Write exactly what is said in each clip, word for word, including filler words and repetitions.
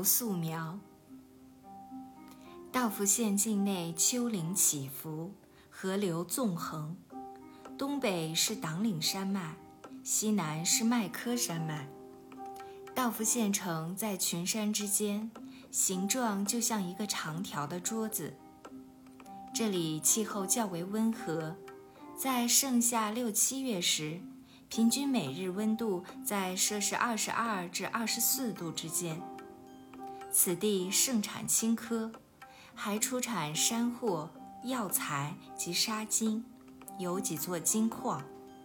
素描。道孚县境内丘陵起伏，河流纵横，东北是党岭山脉，西南是麦科山脉。道孚县城在群山之间，形状就像一个长条的桌子。这里气候较为温和，在盛夏六七月时，平均每日温度在摄氏二十二至二十四度之间。此地盛产青稞，还出产山货、药材及沙金，有几座金矿。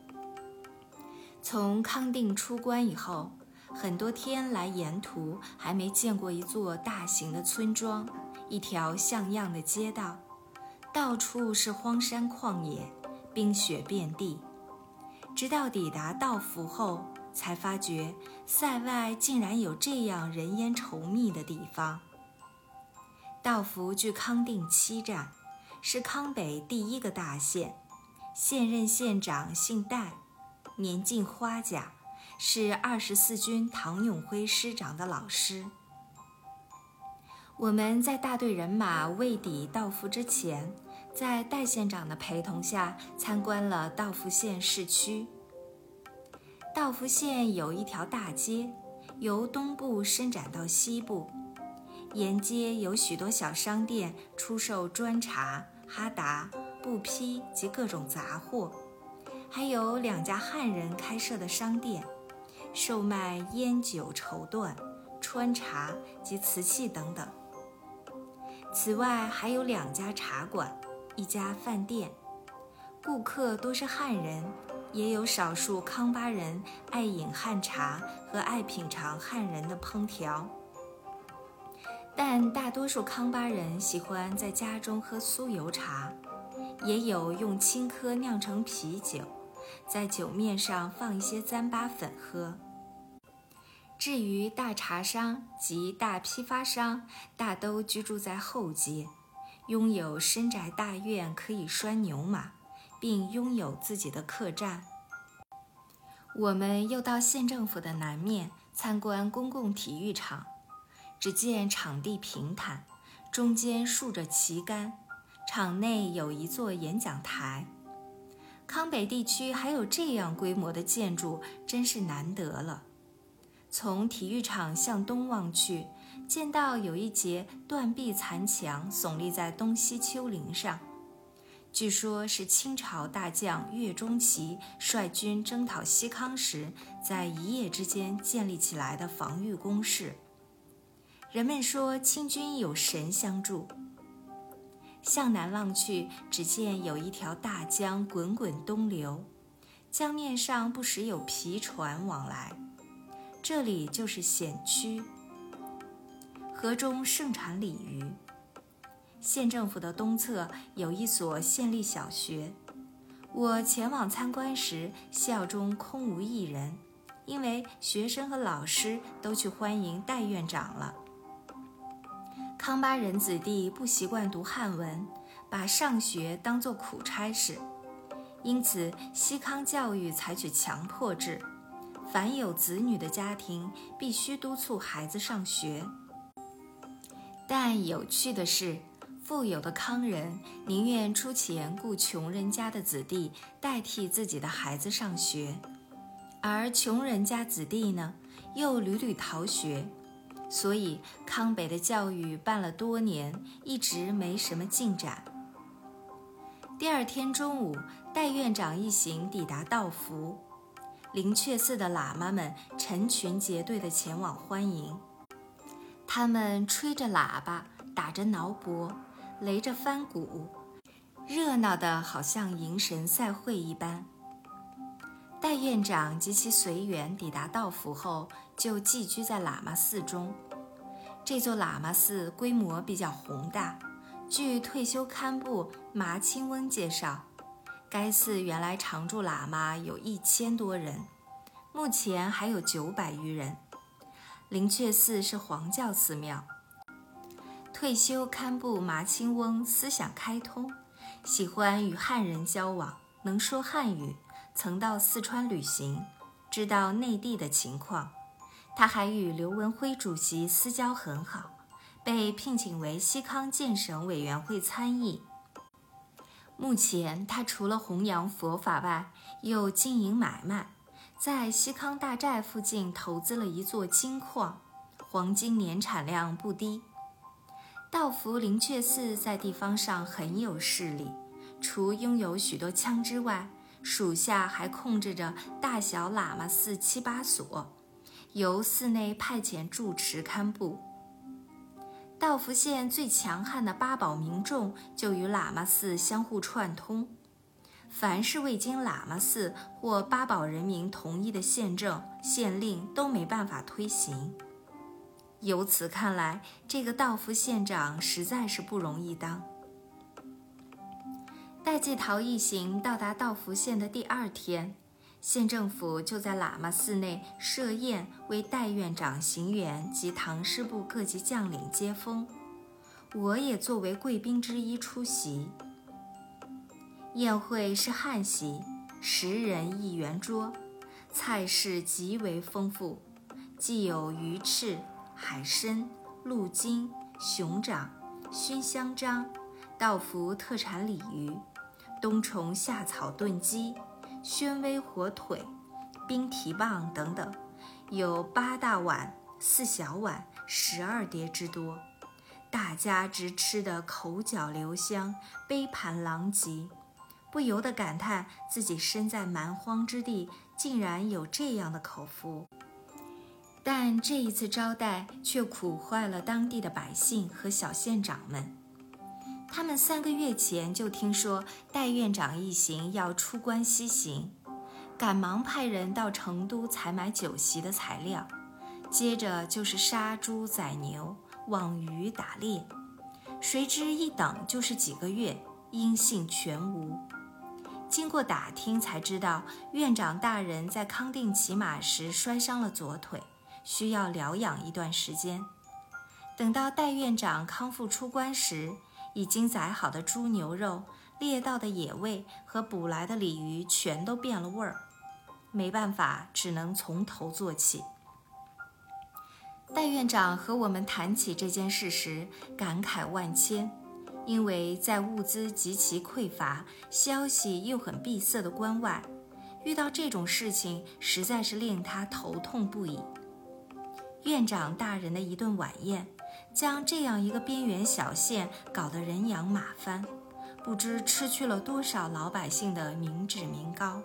从康定出关以后，很多天来沿途还没见过一座大型的村庄，一条像样的街道，到处是荒山旷野，冰雪遍地。直到抵达道孚后，才发觉塞外竟然有这样人烟稠密的地方。道孚距康定七站，是康北第一个大县，现任县长姓戴，年近花甲，是二十四军唐永辉师长的老师。我们在大队人马未抵道孚之前，在戴县长的陪同下参观了道孚县市区。道孚县有一条大街，由东部伸展到西部，沿街有许多小商店出售砖茶、哈达、布匹及各种杂货，还有两家汉人开设的商店，售卖烟酒绸缎、川茶及瓷器等等。此外还有两家茶馆，一家饭店，顾客多是汉人，也有少数康巴人爱饮汉茶和爱品尝汉人的烹调。但大多数康巴人喜欢在家中喝酥油茶，也有用青稞酿成啤酒，在酒面上放一些糌粑粉喝。至于大茶商及大批发商，大都居住在后街，拥有深宅大院，可以拴牛马，并拥有自己的客栈。我们又到县政府的南面参观公共体育场，只见场地平坦，中间竖着旗杆，场内有一座演讲台。康北地区还有这样规模的建筑，真是难得了。从体育场向东望去，见到有一截断壁残墙耸立在东西丘陵上，据说是清朝大将岳钟琪率军征讨西康时，在一夜之间建立起来的防御工事。人们说清军有神相助。向南望去，只见有一条大江滚滚东流，江面上不时有皮船往来。这里就是县区，河中盛产鲤鱼。县政府的东侧有一所县立小学，我前往参观时，校中空无一人，因为学生和老师都去欢迎戴院长了。康巴人子弟不习惯读汉文，把上学当作苦差事，因此西康教育采取强迫制，凡有子女的家庭必须督促孩子上学。但有趣的是，富有的康人宁愿出钱雇穷人家的子弟代替自己的孩子上学，而穷人家子弟呢，又屡屡逃学，所以康北的教育办了多年，一直没什么进展。第二天中午，戴院长一行抵达道孚，灵阙寺的喇嘛们成群结队地前往欢迎。他们吹着喇叭，打着挠脖，擂着翻鼓，热闹得好像迎神赛会一般。戴院长及其随员抵达道孚后，就寄居在喇嘛寺中。这座喇嘛寺规模比较宏大，据退休堪布麻清翁介绍，该寺原来常住喇嘛有一千多人，目前还有九百余人。灵阙寺是黄教寺庙。退休堪布麻清翁思想开通，喜欢与汉人交往，能说汉语，曾到四川旅行，知道内地的情况， 他还与刘文辉主席私交很好，被聘请为西康建省委员会参议。目前他除了弘扬佛法外，又经营买卖，在西康大寨附近投资了一座金矿，黄金年产量不低。道孚灵阙寺在地方上很有势力，除拥有许多枪之外，属下还控制着大小喇嘛寺七八所，由寺内派遣住持堪布。道孚县最强悍的八宝民众就与喇嘛寺相互串通，凡是未经喇嘛寺或八宝人民同意的县政、县令都没办法推行。由此看来，这个道孚县长实在是不容易当。戴季陶一行到达道孚县的第二天，县政府就在喇嘛寺内设宴为戴院长行辕及唐师部各级将领接风，我也作为贵宾之一出席。宴会是汉席，十人一圆桌，菜式极为丰富，既有鱼翅、海参、鹿筋、熊掌、熏香樟、道孚特产鲤鱼、冬虫夏草炖鸡、宣威火腿、冰蹄膀等等，有八大碗、四小碗、十二碟之多，大家直吃得口角留香，杯盘狼藉，不由得感叹自己身在蛮荒之地，竟然有这样的口福。但这一次招待却苦坏了当地的百姓和小县长们。他们三个月前就听说戴院长一行要出关西行，赶忙派人到成都采买酒席的材料，接着就是杀猪宰牛、网鱼打猎，谁知一等就是几个月，音信全无。经过打听才知道，院长大人在康定骑马时摔伤了左腿，需要疗养一段时间。等到戴院长康复出关时，已经宰好的猪牛肉、猎到的野味和捕来的鲤鱼全都变了味儿，没办法，只能从头做起。戴院长和我们谈起这件事时，感慨万千，因为在物资极其匮乏、消息又很闭塞的关外，遇到这种事情实在是令他头痛不已。院长大人的一顿晚宴，将这样一个边缘小县搞得人仰马翻，不知吃去了多少老百姓的民脂民膏。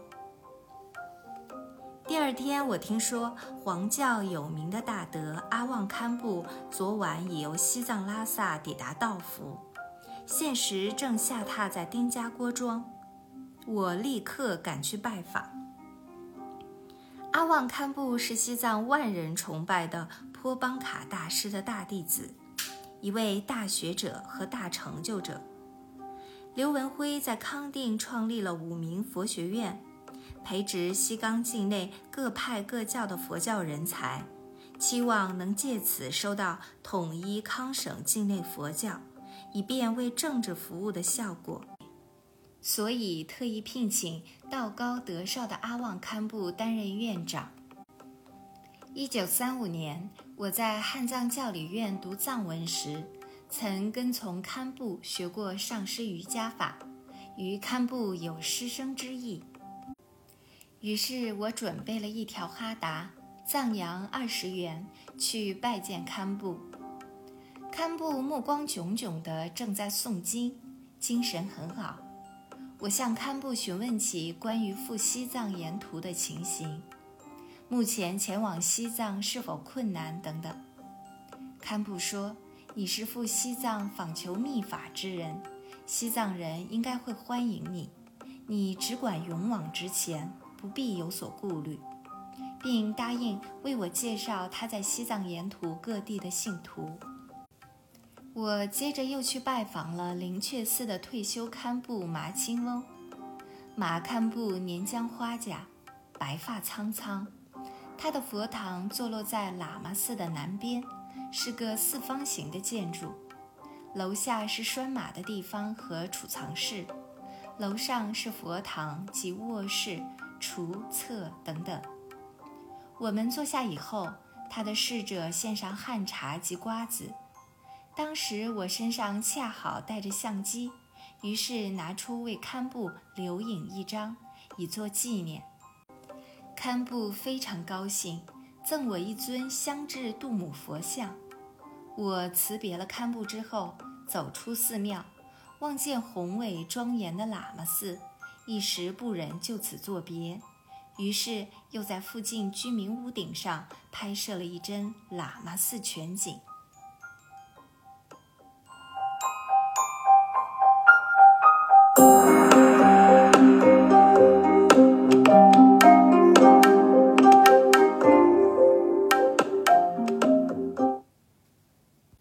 第二天，我听说黄教有名的大德阿旺堪布昨晚已由西藏拉萨抵达道孚，现时正下榻在丁家郭庄，我立刻赶去拜访。阿旺堪布是西藏万人崇拜的颇邦卡大师的大弟子，一位大学者和大成就者。刘文辉在康定创立了五明佛学院，培植西冈境内各派各教的佛教人才，期望能借此收到统一康省境内佛教，以便为政治服务的效果。所以特意聘请道高德少的阿旺堪布担任院长。一九三五年，我在汉藏教理院读藏文时，曾跟从堪布学过上师瑜伽法，与堪布有师生之意。于是我准备了一条哈达，藏洋二十元，去拜见堪布。堪布目光炯炯地正在诵经，精神很好。我向堪布询问起关于赴西藏沿途的情形，目前前往西藏是否困难等等。堪布说，你是赴西藏访求密法之人，西藏人应该会欢迎你，你只管勇往直前，不必有所顾虑，并答应为我介绍他在西藏沿途各地的信徒。我接着又去拜访了灵阙寺的退休堪布麻青翁。马堪布年将花甲，白发苍苍，他的佛堂坐落在喇嘛寺的南边，是个四方形的建筑，楼下是拴马的地方和储藏室，楼上是佛堂及卧室、厨厕等等。我们坐下以后， 他的侍者献上旱茶及瓜子。当时我身上恰好带着相机，于是拿出为堪布留影一张，以作纪念。堪布非常高兴，赠我一尊香至杜母佛像。我辞别了堪布之后，走出寺庙，望见宏伟庄严的喇嘛寺，一时不忍就此作别，于是又在附近居民屋顶上拍摄了一帧喇嘛寺全景。 Thank you.